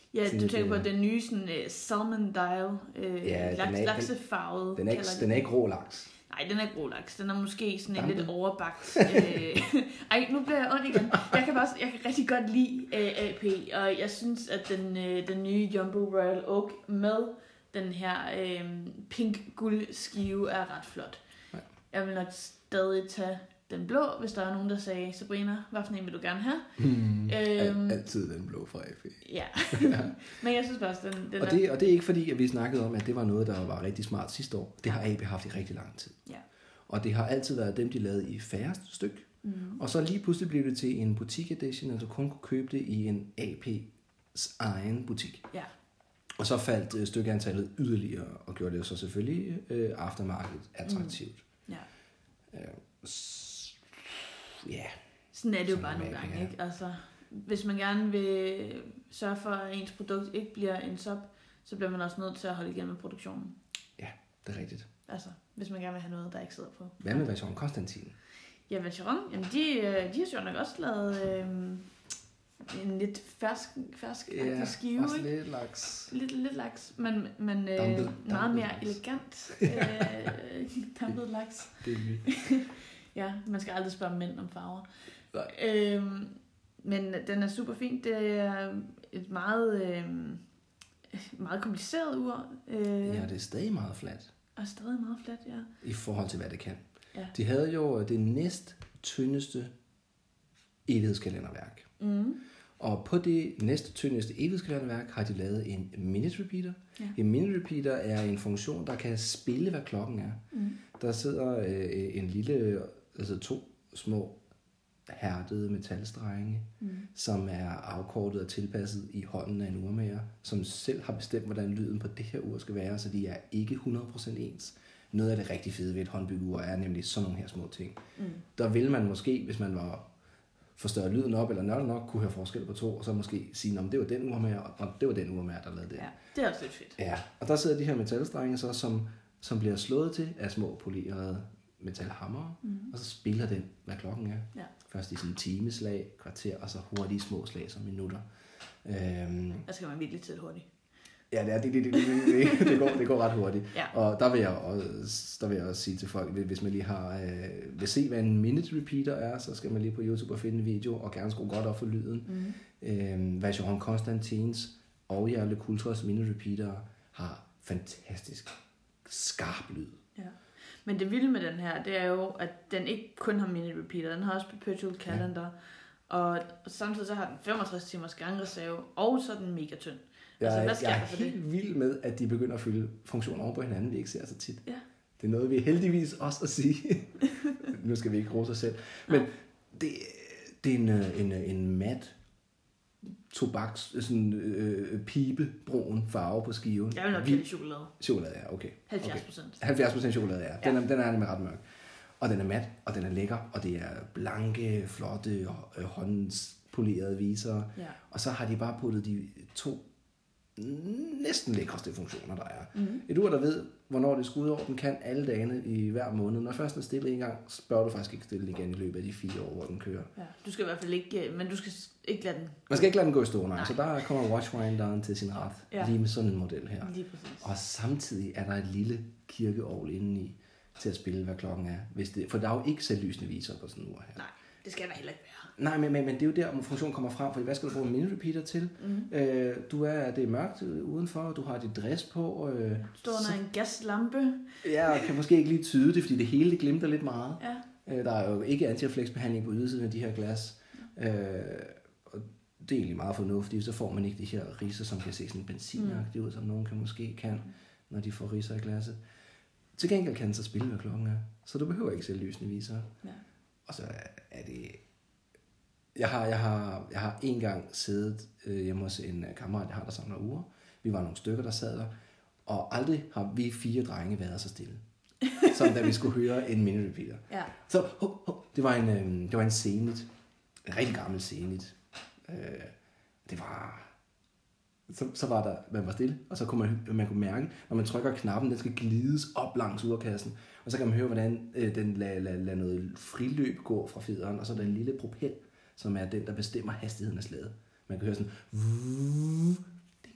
Ja, sådan du tænker på, at den nye sådan, uh, salmon dial, uh, ja, laks, laksefarvet. Den, den, er ikke, den er ikke rå laks. Nej, den er ikke rå laks. Den er måske sådan en lidt overbagt. øh, ej, nu bliver jeg ondt igen. Jeg kan, også, jeg kan rigtig godt lide uh, A P, og jeg synes, at den, uh, den nye Jumbo Royal Oak med den her uh, pink guld skive er ret flot. Ja. Jeg vil nok stadig tage den blå, hvis der er nogen, der sagde, Sabrina, hvad for en vil du gerne have? Hmm, øhm, altid den blå fra A P. Ja, men jeg synes også, den, den og, det, og det er ikke fordi, at vi snakkede om, at det var noget, der var rigtig smart sidste år. Det har A P haft i rigtig lang tid. Ja. Og det har altid været dem, de lavede i færreste styk. Mm. Og så lige pludselig blev det til en butik edition, altså kun kunne købe det i en A P's egen butik. Ja. Og så faldt øh, stykkeantallet yderligere, og gjorde det så selvfølgelig øh, aftermarkedet attraktivt. Mm. Ja. Øh, Ja. Yeah. Sådan er det jo bare nogle gange, ja. Ikke? Altså, hvis man gerne vil sørge for, at ens produkt ikke bliver en sop, så bliver man også nødt til at holde igen med produktionen. Ja, det er rigtigt. Altså, hvis man gerne vil have noget, der ikke sidder på. Hvad med Vacheron Constantin? Ja, Vacheron, jamen de, de har jo nok også lavet øh, en lidt fersk, fersk ja, skive. Også lidt laks. Lidt, lidt laks, men, men øh, dumpet, meget dumpet mere laks. Elegant. Øh, dumpet laks. Det er Ja, man skal aldrig spørge mænd om farver. Øhm, men den er super fin. Det er et meget, øhm, meget kompliceret ur. Øh, ja, det er stadig meget fladt. Og stadig meget fladt, ja. I forhold til, hvad det kan. Ja. De havde jo det næst tyndeste evighedskalenderværk. Mm. Og på det næste tyndeste evighedskalenderværk har de lavet en minute repeater. Ja. En minute repeater er en funktion, der kan spille, hvad klokken er. Mm. Der sidder øh, en lille, altså to små hærdede metalstrenge, mm. som er afkortet og tilpasset i hånden af en urmager, som selv har bestemt, hvordan lyden på det her ur skal være, så de er ikke hundrede procent ens. Noget af det rigtig fede ved et håndbyggeur er nemlig sådan nogle her små ting. Mm. Der vil man måske, hvis man var forstørre lyden op, eller nørdet nok, kunne høre forskel på to, og så måske sige, om det var den urmager, og det var den urmager, der lavede det. Ja, det er også lidt fedt. Ja, og der sidder de her metalstrenge så, som, som bliver slået til af små polerede metalhammer, mm. og så spiller den, hvad klokken er. Ja. Først i sådan timeslag, kvarter, og så hurtige små slag som minutter. Øhm, der skal man virkelig til hurtigt. Ja, det, er, det, det, det, det, det, går, det går ret hurtigt. Ja. Og der vil, jeg også, der vil jeg også sige til folk, hvis man lige har, øh, vil se, hvad en minute repeater er, så skal man lige på YouTube og finde en video, og gerne skrue godt op for lyden. Mm. Øh, Vacheron Constantins og Jarle Coultros minute repeater har fantastisk skarp lyd. Ja. Men det vilde med den her, det er jo, at den ikke kun har minute repeater, den har også perpetual calendar, ja. og samtidig så har den femogtres timers gangreserve, og så er den mega tynd. Jeg, altså, hvad sker jeg er helt det? vild med, at de begynder at fylde funktioner over på hinanden, vi ikke ser så tit. Ja. Det er noget, vi heldigvis også at sige. Nu skal vi ikke rose os selv. Men det, det er en, en, en mat tobaks, sådan øh, pibebrun farve på skiven. Jeg vil nok kalde chokolade. Chokolade, ja, okay. halvfjerds procent. Okay. halvfjerds procent chokolade, ja. Den, ja. Er, den er nemlig ret mørk. Og den er mat, og den er lækker, og det er blanke, flotte, håndspolerede viser. Ja. Og så har de bare puttet de to næsten lækreste funktioner, der er. Mm-hmm. Et ur, der ved, hvornår det skal ud over, den kan alle dagene i hver måned. Når først den er stille en gang, så bør du faktisk ikke stille den igen i løbet af de fire år, hvor den kører. Ja, du skal i hvert fald ikke, men du skal ikke lade den... Man skal ikke lade den gå i stå, nej. nej. Så der kommer watchwinderen til sin ret, ja. Lige med sådan en model her. Lige præcis. Og samtidig er der et lille kirkeovl indeni til at spille, hvad klokken er. Hvis det, for der er jo ikke selvlysende viser på sådan en ur her. Nej, det skal der heller ikke være. Nej, men, men, men det er jo der, hvor funktionen kommer frem, for hvad skal du bruge en minute repeater til? Mm. Øh, du er, det er mørkt udenfor, du har dit dress på. Øh, du står under en gaslampe. Ja, og kan måske ikke lige tyde det, fordi det hele det glimter lidt meget. Ja. Øh, der er jo ikke antirefleksbehandling på ydersiden af de her glas. Mm. Øh, og det er egentlig meget fornuftigt, så får man ikke de her ridser, som kan se sådan benzinagtige mm. ud, som nogen kan måske kan, mm. når de får ridser i glasset. Til gengæld kan den så spille, hvad klokken er. Så du behøver ikke selv lysende viser. Ja. Og så er det... Jeg har, jeg har, jeg har en gang siddet øh, hjemme hos en kammerat, jeg har, der samler uger. Vi var nogle stykker, der sad der. Og aldrig har vi fire drenge været så stille. Som da vi skulle høre en minute repeater. Ja. Så oh, oh, det var en, øh, det var en Zenit. En rigtig gammel Zenit. Øh, det var... Så, så var der, man var stille, og så kunne man, man kunne mærke, når man trykker knappen, den skal glides op langs urkassen. Og så kan man høre, hvordan øh, den lader la, la noget friløb gå fra federen, og så er der en lille propel, som er den, der bestemmer hastigheden af slaget. Man kan høre sådan, det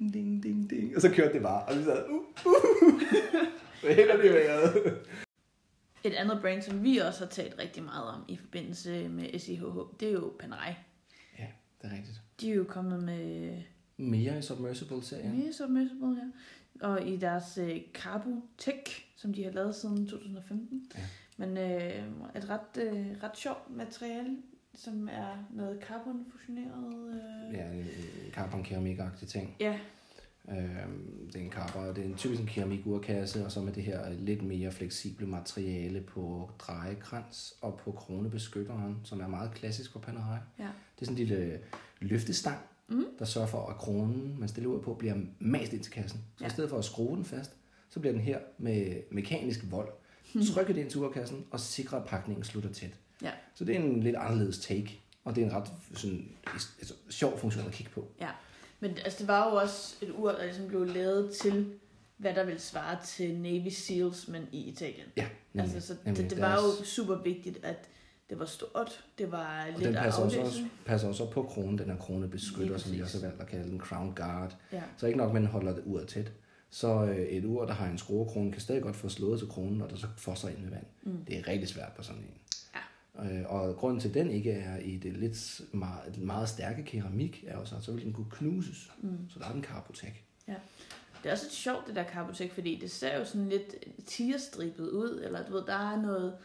Og så kørte det bare, og vi sad, uh, uh, hvad hænder det været? Et andet brand, som vi også har talt rigtig meget om i forbindelse med S I H H, det er jo Panerai. Ja, det er rigtigt. De er jo kommet med... Mere i Submersible-serien. Mere i Submersible, ja. Og i deres uh, Carbo Tech, som de har lavet siden to tusind og femten. Ja. Men uh, et ret, uh, ret sjovt materiale, som er noget carbon-fusioneret... Uh... Ja, en carbon-keramik-agtig ting. Ja. Øhm, det er en carbon, det er en typisk en keramikurkasse, og så med det her lidt mere fleksible materiale på drejekrans og på kronebeskytteren, som er meget klassisk for Panerai. Ja. Det er sådan en lille løftestang, mm. der sørger for, at kronen, man stiller ud på, bliver mast ind til kassen. Så ja. I stedet for at skrue den fast, så bliver den her med mekanisk vold trykket ind til urkassen og sikrer, at pakningen slutter tæt. Ja. Så det er en lidt anderledes take, og det er en ret sådan, altså, sjov funktion at kigge på. Ja. Men altså, det var jo også et ur, der ligesom blev lavet til, hvad der ville svare til Navy Seals, men i Italien. Ja, nemlig, altså, så det, det var jo super vigtigt, at det var stort, det var og lidt den passer aflæse. også, passer også på kronen, den her kronebeskytter, som vi også har valgt at kalde den Crown Guard. Ja. Så ikke nok, at man holder det uret tæt. Så et ur, der har en skruekrone, kan stadig godt få slået til kronen, og der så fosser ind med vand. Mm. Det er rigtig svært på sådan en. Ja. Og grunden til, at den ikke er i det lidt meget, meget stærke keramik, er også, at så vil den kunne knuses. Mm. Så der er den Carbo Tech. Ja. Det er også lidt sjovt, det der Carbo Tech, fordi det ser jo sådan lidt tigerstribet ud, eller du ved, der er noget...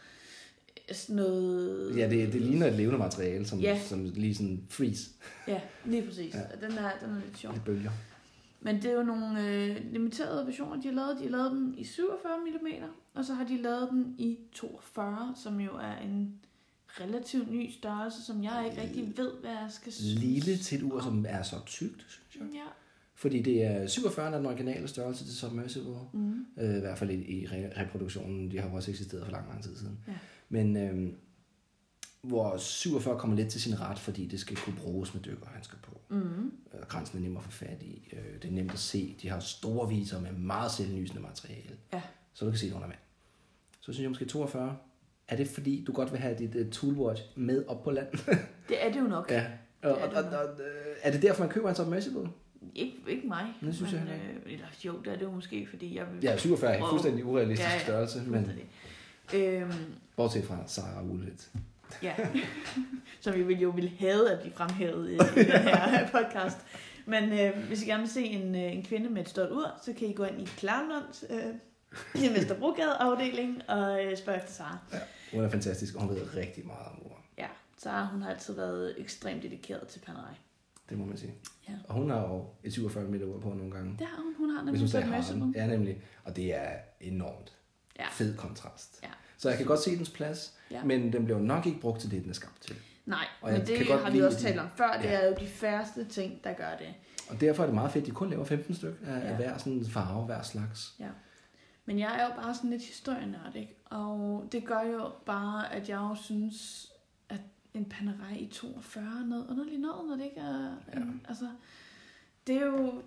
noget... Ja, det, det ligner et levende materiale, som, ja. som lige sådan freeze. Ja, lige præcis. Ja. Den, er, den er lidt sjov. Det bølger. Men det er jo nogle øh, limiterede versioner, de har lavet. De har lavet den i syvogfyrre millimeter, og så har de lavet den i toogfyrre, som jo er en relativt ny størrelse, som jeg ikke rigtig ved, hvad jeg skal synes. Lille til et ur, som er så tykt, synes jeg. Ja. Fordi det er syvogfyrre, er den originale størrelse til Submersible. Mm. Øh, I hvert fald i, i reproduktionen. De har også eksisteret for lang, lang tid siden. Ja. Men øh, hvor syvogfyrre kommer lidt til sin ret, fordi det skal kunne bruges med dykkerhandsker på. Mm. Øh, kransen er nem at få fat i. Øh, det er nemt at se. De har store viser med meget selvlysende materiale. Ja. Så du kan se det under vand. Så synes jeg måske toogfyrre. Er det fordi, du godt vil have dit uh, toolwatch med op på land? Det er det jo nok. Ja. Og, og, og, og, er det derfor, man køber en Submersible? Ikke, ikke mig. Det synes men, jeg øh, eller, jo, det er det jo måske, fordi jeg vil... Ja, syvogfyrre er en fuldstændig urealistisk ja, ja, størrelse. Men øhm, bortset fra Sarah Woolhead. Ja, som vi ville jo ville have, at vi fremhævede i, i den her podcast. Men øh, hvis I gerne vil se en, en kvinde med et stort ur, så kan I gå ind i Klarlunds øh, i Vesterbrogade afdeling og øh, spørge efter Sarah. Ja, hun er fantastisk, og hun ved rigtig meget om ur. Ja, Sarah, hun har altid været ekstremt dedikeret til Panerai. Det må man sige. Ja. Og hun har jo et syvogfyrre millimeter ur på nogle gange. Det har hun. Hun har nemlig Submersible. Ja, nemlig. Og det er enormt ja. fed kontrast. Ja. Så jeg kan godt se dens plads, ja. Men den bliver nok ikke brugt til det, den er skabt til. Nej, og men det har vi også talt om før. Det ja. er jo de færreste ting, der gør det. Og derfor er det meget fedt, at de kun laver femten stykker af ja. hver sådan farve, hver slags. Ja. Men jeg er jo bare sådan lidt historienørd, ikke? Og det gør jo bare, at jeg jo synes, at en Panerai i toogfyrre er noget underligt noget, når det ikke er... Ja. En, altså, det er jo...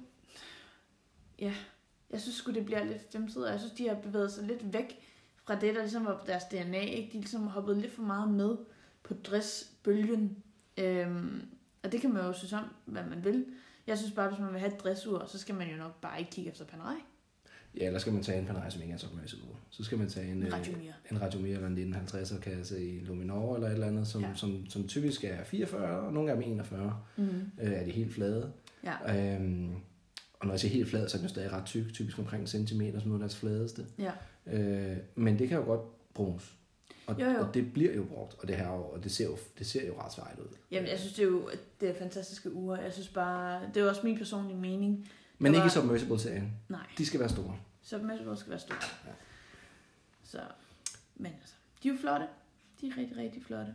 Ja, jeg synes sgu, det bliver lidt femset, og jeg synes, de har bevæget sig lidt væk fra det, der ligesom var deres D N A, ikke? De ligesom har hoppet lidt for meget med på dressbølgen. Øhm, og det kan man jo synes om, hvad man vil. Jeg synes bare, hvis man vil have et dressur, så skal man jo nok bare ikke kigge efter Panerai. Ja, eller skal man tage en Panerai, som ikke er så Submersible. Så skal man tage en, en Radiomir. En Radiomir eller en nitten halvtredser kasse i Luminor eller et eller andet, som, ja. som, som typisk er fireogfyrre, og nogle af dem enogfyrre. Mm-hmm. Øh, er de helt flade. Ja. Øhm, og når jeg siger helt flad, så er den jo stadig ret tyk, typisk omkring en centimeter, som nu er deres fladeste. Ja. Øh, men det kan jo godt bruges. Og, jo, jo. og det bliver jo brugt, og det her og det ser jo det ser jo ret svært ud. Jamen, jeg synes det er jo det er fantastiske ure. Jeg synes bare, det er jo også min personlige mening. Men ikke var... i Submersible-serien. Nej. De skal være store. Submersible skal være store. Ja. Så, men altså, de er jo flotte. De er rigtig, rigtig flotte.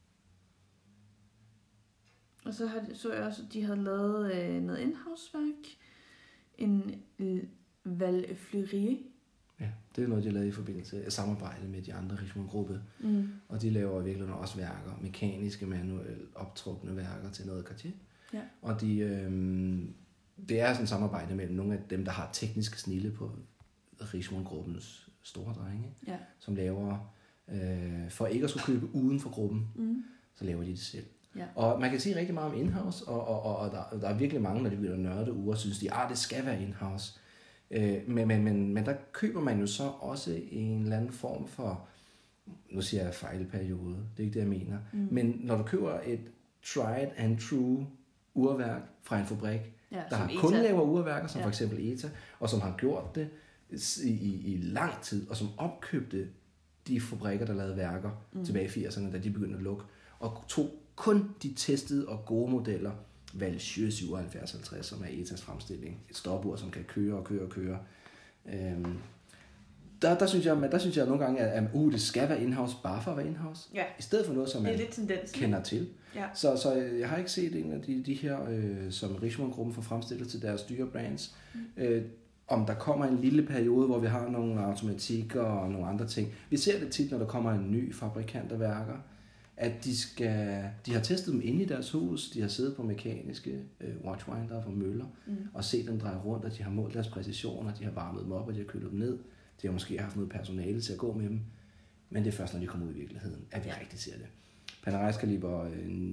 Og så har, så jeg også, at de havde lavet øh, noget indhavsværk. En Val Fleury. Ja, det er noget, de har lavet i forbindelse med samarbejde med de andre Richemont-gruppe. Mm. Og de laver virkelig også værker, mekaniske, manuelt optrukne værker til noget Cartier. Ja. Og de, øh, det er sådan et samarbejde mellem nogle af dem, der har tekniske snille på Richemont-gruppens store drenge, ja. Som laver, øh, for ikke at skulle købe uden for gruppen, mm. så laver de det selv. Ja. Og man kan sige rigtig meget om in-house, og, og, og, og der, der er virkelig mange, når de bliver nørde uger, synes de, at det skal være in-house. Øh, men, men, men, men der køber man jo så også en eller anden form for, nu siger jeg fejlperiode, det er ikke det, jeg mener. Mm. Men når du køber et tried and true urværk fra en fabrik, ja, der har kun laver urværker, som ja. for eksempel E T A, og som har gjort det i, i, i lang tid, og som opkøbte de fabrikker, der lavede værker mm. tilbage i firserne, da de begyndte at lukke, og tog kun de testede og gode modeller, Valsjø syvoghalvfjerds halvtreds, som er E T A's fremstilling, et stopur, som kan køre og køre og køre. Øhm, der, der, synes jeg, der synes jeg nogle gange, at, at uh, det skal være in-house, bare for at være in-house, ja. i stedet for noget, som man kender til. Ja. Så, så jeg har ikke set en af de, de her, øh, som Richemont-gruppen får fremstillet til deres dyre brands, mm. øh, om der kommer en lille periode, hvor vi har nogle automatikker og nogle andre ting. Vi ser det tit, når der kommer en ny fabrikant af værker, at de skal, de har testet dem inde i deres hus, de har siddet på mekaniske øh, watchwindere fra møller, mm. og set dem dreje rundt, og de har målt deres præcisioner, de har varmet dem op, og de har kølet dem ned. De har måske haft noget personale til at gå med dem, men det er først, når de kommer ud i virkeligheden, at vi ja. rigtig ser det. Panerai Kaliber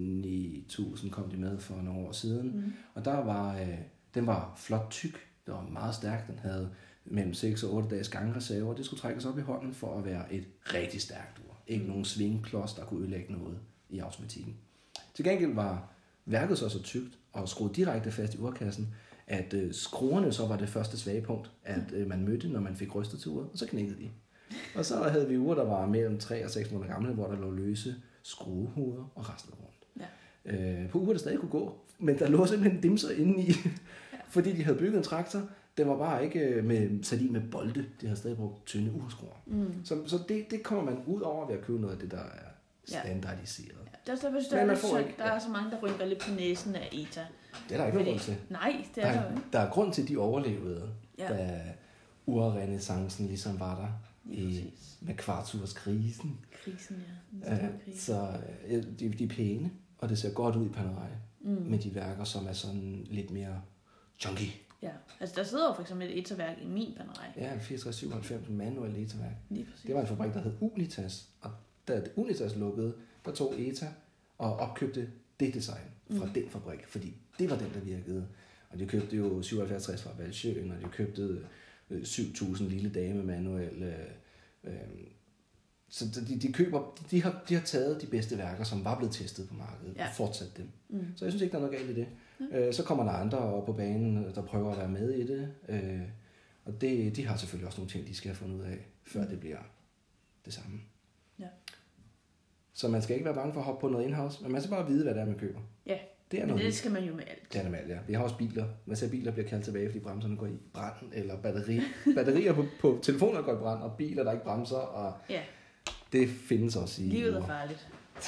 ni tusind kom de med for nogle år siden, mm. og der var, øh, den var flot tyk, det var meget stærk, den havde mellem seks og otte dages gangreserver, det skulle trækkes op i hånden for at være et rigtig stærkt ur. Ikke mm. nogen svingklods, der kunne ødelægge noget i automatikken. Til gengæld var værket så så tykt og skruet direkte fast i urkassen, at øh, skruerne så var det første svage punkt, at øh, man mødte, når man fik rystet til uret, og så knækkede de. Og så havde vi uger, der var mellem tre og seks måneder gamle, hvor der lå løse skruehoveder og resten rundt. Ja. Øh, på uger, der stadig kunne gå, men der lå simpelthen dimser inde i, ja. fordi de havde bygget en traktor. Den var bare ikke med, sat i med bolde. De havde stadig brugt tynde urskruer. Mm. Så, så det, det kommer man ud over ved at købe noget af det, der er standardiseret. Ja. Ja, der, der, der, der, ikke, der er så mange, der rynker lidt på næsen af E T A. Det er der ikke nogen grund til. Nej, det er der, der ikke. Der er grund til, at de overlevede, ja. da urrenaissancen ligesom var der i, med kvarturskrisen. Krisen, ja. Uh, så uh, de, de er pæne, og det ser godt ud i Panerai mm. med de værker, som er sådan lidt mere chunky. Ja, altså der sidder jo for eksempel et E T A-værk i min Panerai. Ja, fireogtres syvoghalvfems manuel E T A-værk. Det var en fabrik, der hed Unitas, og da Unitas lukkede, der tog E T A og opkøbte det design fra mm. den fabrik, fordi det var den, der virkede. Og de købte jo syvoghalvfjerds tres fra Valsjøen, og de købte øh, syv tusind lille dame manuel. Øh, øh, så de, de køber, de har, de har taget de bedste værker, som var blevet testet på markedet, ja. og fortsat dem. Mm. Så jeg synes ikke, der er noget galt i det. Mm. Øh, så kommer der andre op på banen, der prøver at være med i det. Øh, og det, de har selvfølgelig også nogle ting, de skal have fundet ud af, før mm. det bliver det samme. Ja. Så man skal ikke være bange for at hoppe på noget in-house, men man skal bare vide, hvad det er, man køber. Ja, det er men noget det skal man jo med alt. Det er med alt, ja. Vi har også biler. Man ser, biler bliver kaldt tilbage, fordi bremserne går i brand, eller batteri. batterier på, på telefoner går i brand, og biler, der ikke bremser, og ja. det findes også i... Livet er farligt.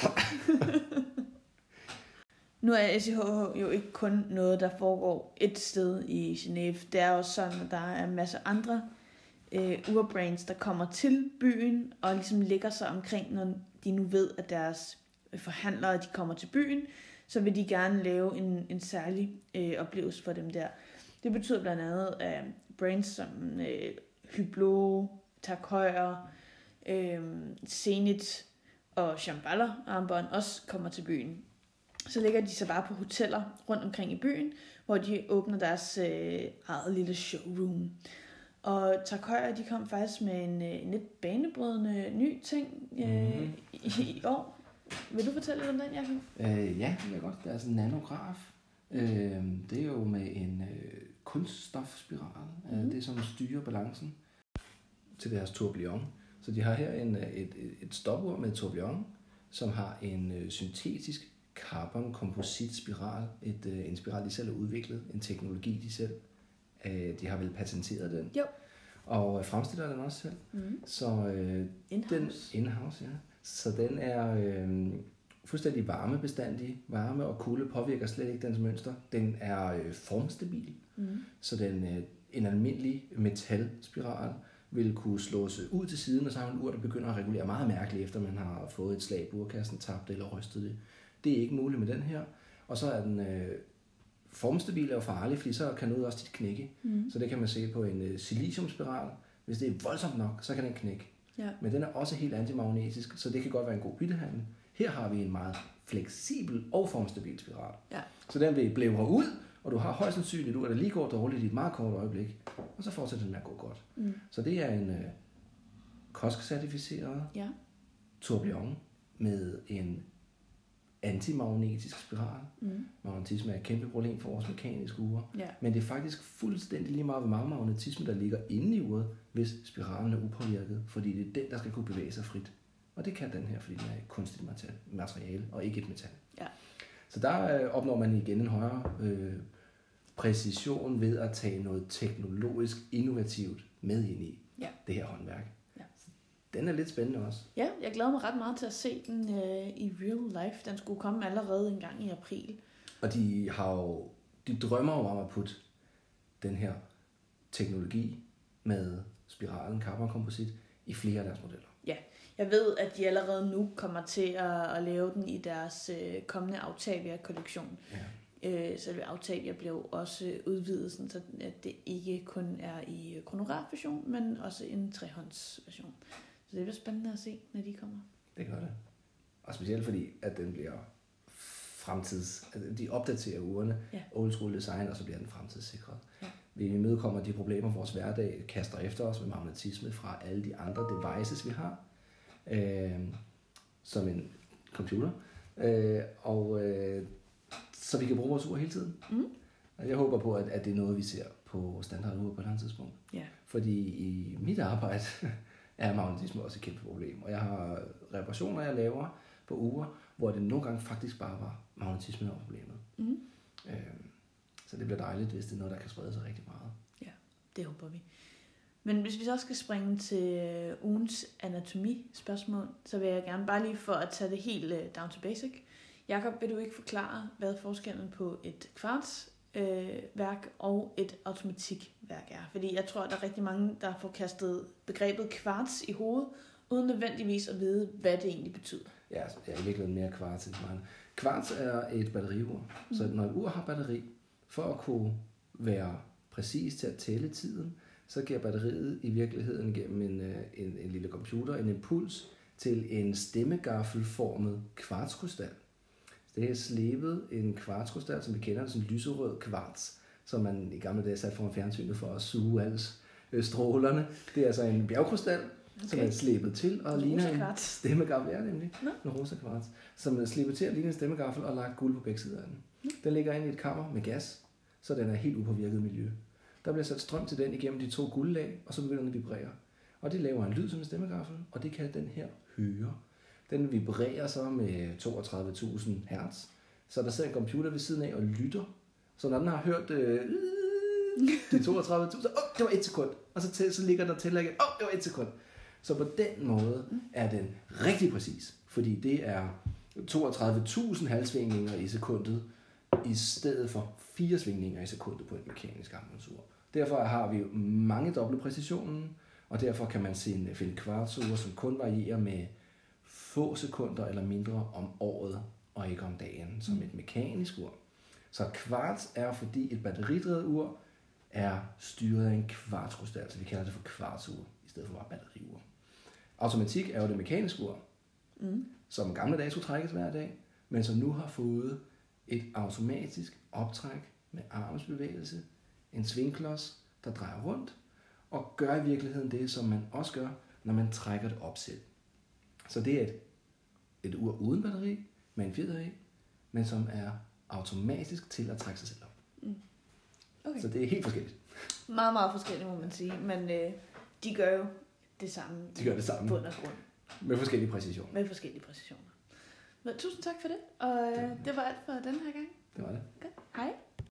Nu er S I H H jo ikke kun noget, der foregår et sted i Genève. Det er også sådan, at der er en masse andre øh, urbrands, der kommer til byen og ligesom lægger sig omkring, når de nu ved, at deres forhandlere de kommer til byen, så vil de gerne lave en, en særlig øh, oplevelse for dem der. Det betyder blandt andet, at brands som øh, Hublot, Tag Heuer, øh, Zenit og Chamballer armbånd også kommer til byen. Så ligger de så bare på hoteller rundt omkring i byen, hvor de åbner deres øh, eget lille showroom. Og Tag Heuer, de kom faktisk med en, en lidt banebrydende ny ting øh, mm. i, i år. Vil du fortælle lidt om den, Jacob? Øh, ja, det er godt. Det er altså en nanograf. Øh, det er jo med en øh, kunststofspiral. Mm. Øh, det er som styrer balancen til deres tourbillon. Så de har her en, et, et, et stopur med tourbillon, som har en øh, syntetisk carbon komposit spiral. Et, øh, en spiral, de selv har udviklet. En teknologi, de selv. Øh, de har vel patenteret den. Jo. Og fremstiller den også selv. Mm. Så øh, in-house. Den in-house, ja. Så den er øh, fuldstændig varmebestandig. Varme og kulde påvirker slet ikke dens mønster. Den er øh, formstabil, mm. så den øh, en almindelig metalspiral vil kunne slås ud til siden, og så har man en ur, der begynder at regulere meget mærkeligt, efter man har fået et slag på urkassen, tabt eller rystet det. Det er ikke muligt med den her. Og så er den øh, formstabil og farlig, fordi så kan noget også tit knække. Mm. Så det kan man se på en øh, siliciumspiral. Hvis det er voldsomt nok, så kan den knække. Ja. Men den er også helt antimagnetisk, så det kan godt være en god byttehandel. Her har vi en meget fleksibel og formstabil spiral. Ja. Så den vil blævre ud, og du har højst sandsynligt, at det lige går dårligt i et meget kort øjeblik, og så fortsætter den med at gå godt. Mm. Så det er en øh, Kosk-certificeret ja. tourbillon med en antimagnetisk spiral. Mm. Magnetisme er et kæmpe problem for vores mekaniske ure. Ja. Men det er faktisk fuldstændig lige meget, hvor meget magnetisme, der ligger inde i uret, hvis spiralen er upåvirket, fordi det er den, der skal kunne bevæge sig frit. Og det kan den her, fordi den er et kunstigt materiale, og ikke et metal. Ja. Så der øh, opnår man igen en højere øh, præcision ved at tage noget teknologisk innovativt med ind i ja. det her håndværk. Ja. Den er lidt spændende også. Ja, jeg glæder mig ret meget til at se den øh, i real life. Den skulle komme allerede en gang i april. Og de har jo, de drømmer jo om at putte den her teknologi med spiralen carbonkomposit i flere af deres modeller. Ja, jeg ved, at de allerede nu kommer til at, at lave den i deres øh, kommende Autavia-kollektion. Ja. Øh, så Autavia blev også udvidet, sådan, så at det ikke kun er i kronograf-version, men også en trehåndsversion. Så det bliver spændende at se, når de kommer. Det gør det. Og specielt fordi, at den bliver fremtids... Altså, de opdaterer urene, ja. Old school design, og så bliver den fremtidssikret. Ja. Vi imødekommer de problemer, vores hverdag kaster efter os med magnetisme fra alle de andre devices, vi har. Øh, som en computer. Øh, og øh, så vi kan bruge vores ur hele tiden. Mm. Og jeg håber på, at, at det er noget, vi ser på standardure på et andet tidspunkt. Yeah. Fordi i mit arbejde er magnetisme også et kæmpe problem. Og jeg har reparationer, jeg laver på ure, hvor det nogle gange faktisk bare var magnetisme, der var problemet. Mm. Øh, så det bliver dejligt, hvis det er noget, der kan sprede sig rigtig meget. Ja, det håber vi. Men hvis vi så skal springe til ugens anatomi-spørgsmål, så vil jeg gerne bare lige for at tage det helt uh, down to basic. Jakob, vil du ikke forklare, hvad forskellen på et kvartsværk øh, og et automatikværk er? Fordi jeg tror, der er rigtig mange, der får kastet begrebet kvarts i hovedet, uden nødvendigvis at vide, hvad det egentlig betyder. Ja, altså, jeg er virkelig mere kvarts end mig. Kvarts er et batteriur. Mm. Så når et ur har batteri, for at kunne være præcis til at tælle tiden, så giver batteriet i virkeligheden gennem en, en, en lille computer en impuls til en stemmegaffelformet kvartskrystal. Det er slebet en kvartskrystal, som vi kender som lyserød kvarts, som man i gamle dage satte foran fjernsynet for at suge alle strålerne. Det er altså en bjergkrystal, okay. som er slebet til og ligner en stemmegaffel. Ja, nemlig. No. En rosa kvarts, som er slebet til og ligner en stemmegaffel og lagt guld på begge sider af den. No. Den ligger inde i et kammer med gas, så den er helt upåvirket miljø. Der bliver sat strøm til den igennem de to guldlag, og så begynder den at vibrere. Og det laver en lyd som en stemmegaffel, og det kan den her høre. Den vibrerer så med toogtredive tusind hertz, så der sidder en computer ved siden af og lytter. Så når den har hørt øh, de toogtredive tusind, åh, oh, det var et sekund, og så, til, så ligger der til igen, åh, oh, det var et sekund. Så på den måde er den rigtig præcis, fordi det er toogtredive tusind halvsvingninger i sekundet, i stedet for fire svingninger i sekundet på et mekanisk armbåndsur. Derfor har vi mange doble præcisionen, og derfor kan man finde kvartsure, som kun varierer med få sekunder eller mindre om året, og ikke om dagen, som et mekanisk ur. Så kvarts er, fordi et batteridrevet ur er styret af en kvartskrystal, så vi kalder det for kvartsur, i stedet for bare batteriur. Automatik er jo det mekaniske ur, mm. som gamle dage skulle trækkes hver dag, men som nu har fået et automatisk optræk med armsbevægelse, en svingklods, der drejer rundt, og gør i virkeligheden det, som man også gør, når man trækker det op selv. Så det er et, et ur uden batteri, med en fjedder i, men som er automatisk til at trække sig selv op. Mm. Okay. Så det er helt forskelligt. Meget, meget forskelligt, må man sige, men øh, de gør jo det samme. De gør det samme. Bund og grund. Med forskellige præcisioner. Med forskellige præcisioner. Men tusind tak for det, og øh, det var alt for den her gang. Det var det. Godt. Hej.